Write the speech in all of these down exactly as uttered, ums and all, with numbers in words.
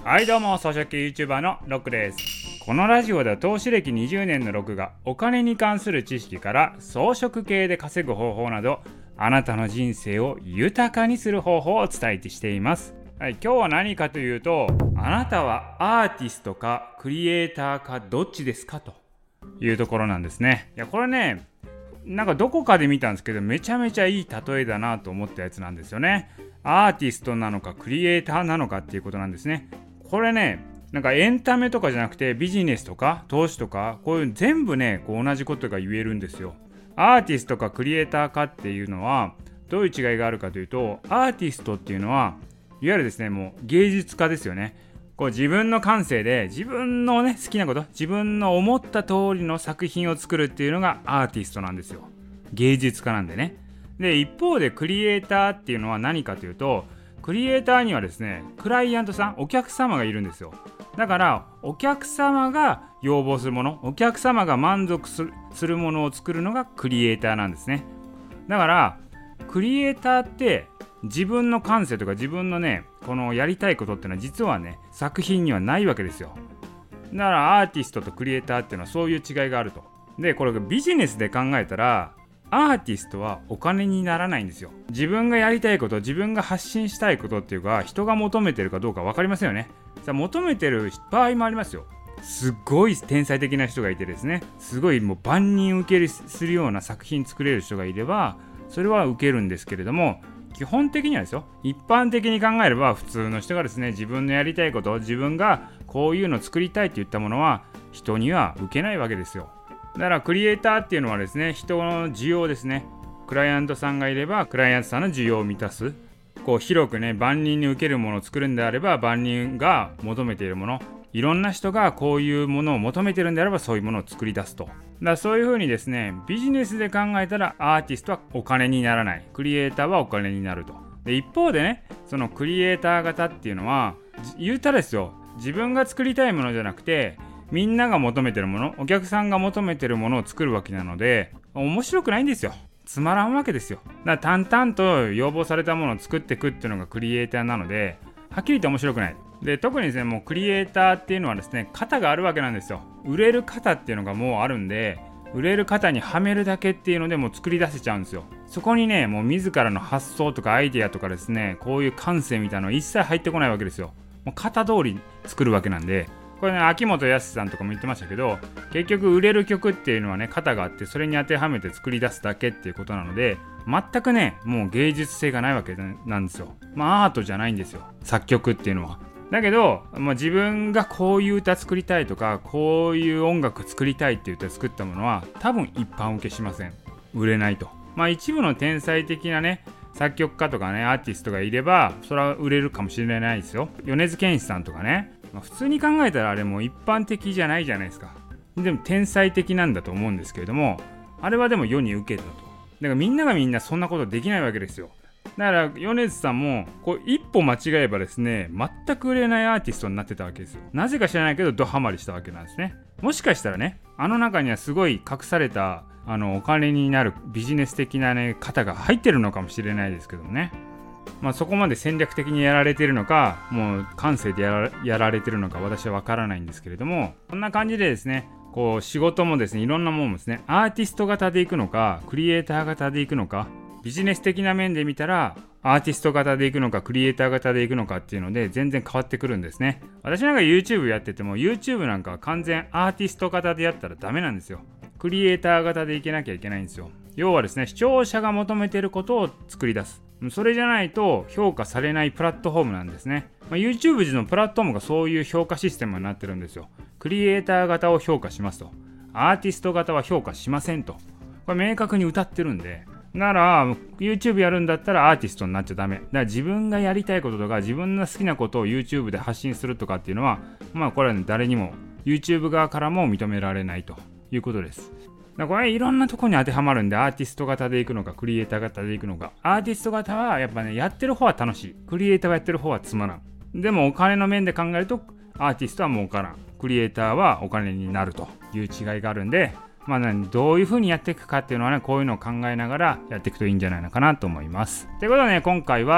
はいどうも、草食 YouTuber のロックです。このラジオでは投資歴にじゅうねんのロックがお金に関する知識から装飾系で稼ぐ方法など、あなたの人生を豊かにする方法をお伝えしています。はい、今日は何かというと、あなたはアーティストかクリエイターかどっちですかというところなんですね。いやこれね、なんかどこかで見たんですけど、めちゃめちゃいい例えだなと思ったやつなんですよね。アーティストなのかクリエイターなのかっていうことなんですね。これね、なんかエンタメとかじゃなくてビジネスとか投資とか、こういう全部ね、こう同じことが言えるんですよ。アーティストかクリエイターかっていうのはどういう違いがあるかというと、アーティストっていうのはいわゆるですね、もう芸術家ですよね。こう自分の感性で自分のね好きなこと、自分の思った通りの作品を作るっていうのがアーティストなんですよ。芸術家なんでね。で一方でクリエイターっていうのは何かというと、クリエイターにはですね、クライアントさん、お客様がいるんですよ。だからお客様が要望するもの、お客様が満足する、するものを作るのがクリエイターなんですね。だからクリエイターって自分の感性とか自分のね、このやりたいことっていうのは実はね、作品にはないわけですよ。だからアーティストとクリエイターっていうのはそういう違いがあると。でこれビジネスで考えたら、アーティストはお金にならないんですよ。自分がやりたいこと、自分が発信したいことっていうか、人が求めてるかどうか分かりませんよね。さあ求めてる場合もありますよ。すっごい天才的な人がいてですね、すごいもう万人受けするような作品作れる人がいれば、それは受けるんですけれども、基本的にはですよ、一般的に考えれば普通の人がですね、自分のやりたいこと、自分がこういうのを作りたいって言ったものは人には受けないわけですよ。だからクリエイターっていうのはですね、人の需要ですね。クライアントさんがいればクライアントさんの需要を満たす、こう広くね、万人に受けるものを作るんであれば、万人が求めているもの、いろんな人がこういうものを求めてるんであれば、そういうものを作り出すと。だからそういうふうにですね、ビジネスで考えたらアーティストはお金にならない、クリエイターはお金になると。で一方でね、そのクリエイター型っていうのは言うたらですよ、自分が作りたいものじゃなくて、みんなが求めてるもの、お客さんが求めてるものを作るわけなので、面白くないんですよ。つまらんわけですよ。だから淡々と要望されたものを作っていくっていうのがクリエイターなので、はっきり言って面白くない。で特にですね、もうクリエイターっていうのはですね、型があるわけなんですよ。売れる型っていうのがもうあるんで、売れる型にはめるだけっていうのでもう作り出せちゃうんですよ。そこにね、もう自らの発想とかアイデアとかですね、こういう感性みたいなの一切入ってこないわけですよ。もう型通り作るわけなんで、これね、秋元康さんとかも言ってましたけど、結局売れる曲っていうのはね、型があって、それに当てはめて作り出すだけっていうことなので、全くね、もう芸術性がないわけなんですよ。まあアートじゃないんですよ、作曲っていうのは。だけど、まあ、自分がこういう歌作りたいとか、こういう音楽作りたいって言って作ったものは多分一般受けしません。売れないと。まあ一部の天才的なね、作曲家とかね、アーティストがいればそれは売れるかもしれないですよ。米津玄師さんとかね、まあ、普通に考えたらあれも一般的じゃないじゃないですか。でも天才的なんだと思うんですけれども、あれはでも世に受けたと。だからみんながみんなそんなことできないわけですよ。だから米津さんもこう一歩間違えばですね、全く売れないアーティストになってたわけですよ。なぜか知らないけどドハマりしたわけなんですね。もしかしたらね、あの中にはすごい隠されたあのお金になるビジネス的なね型が入ってるのかもしれないですけどもね。まあそこまで戦略的にやられてるのか、もう感性でや ら, やられてるのか私は分からないんですけれども、こんな感じでですね、こう仕事もですね、いろんなものもですね、アーティスト型でいくのかクリエイター型でいくのか、ビジネス的な面で見たらアーティスト型でいくのかクリエイター型でいくのかっていうので全然変わってくるんですね。私なんか YouTube やってても YouTube なんかは完全アーティスト型でやったらダメなんですよ。クリエイター型でいけなきゃいけないんですよ。要はですね、視聴者が求めていることを作り出す。それじゃないと評価されないプラットフォームなんですね。まあ、YouTube 自のプラットフォームがそういう評価システムになってるんですよ。クリエイター型を評価しますと、アーティスト型は評価しませんと。これ明確に謳ってるんで、なら YouTube やるんだったらアーティストになっちゃダメだから、自分がやりたいこととか自分の好きなことを YouTube で発信するとかっていうのは、まあこれは、ね、誰にも YouTube 側からも認められないということです。だからこれいろんなところに当てはまるんで、アーティスト型でいくのかクリエイター型でいくのか。アーティスト型はやっぱね、やってる方は楽しい、クリエイターがやってる方はつまらん。でもお金の面で考えるとアーティストは儲からん、クリエイターはお金になるという違いがあるんで、まあね、どういう風にやっていくかっていうのはね、こういうのを考えながらやっていくといいんじゃないのかなと思います。ということでね、今回は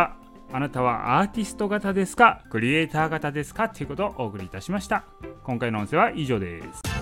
あなたはアーティスト型ですかクリエイター型ですかということをお送りいたしました。今回の音声は以上です。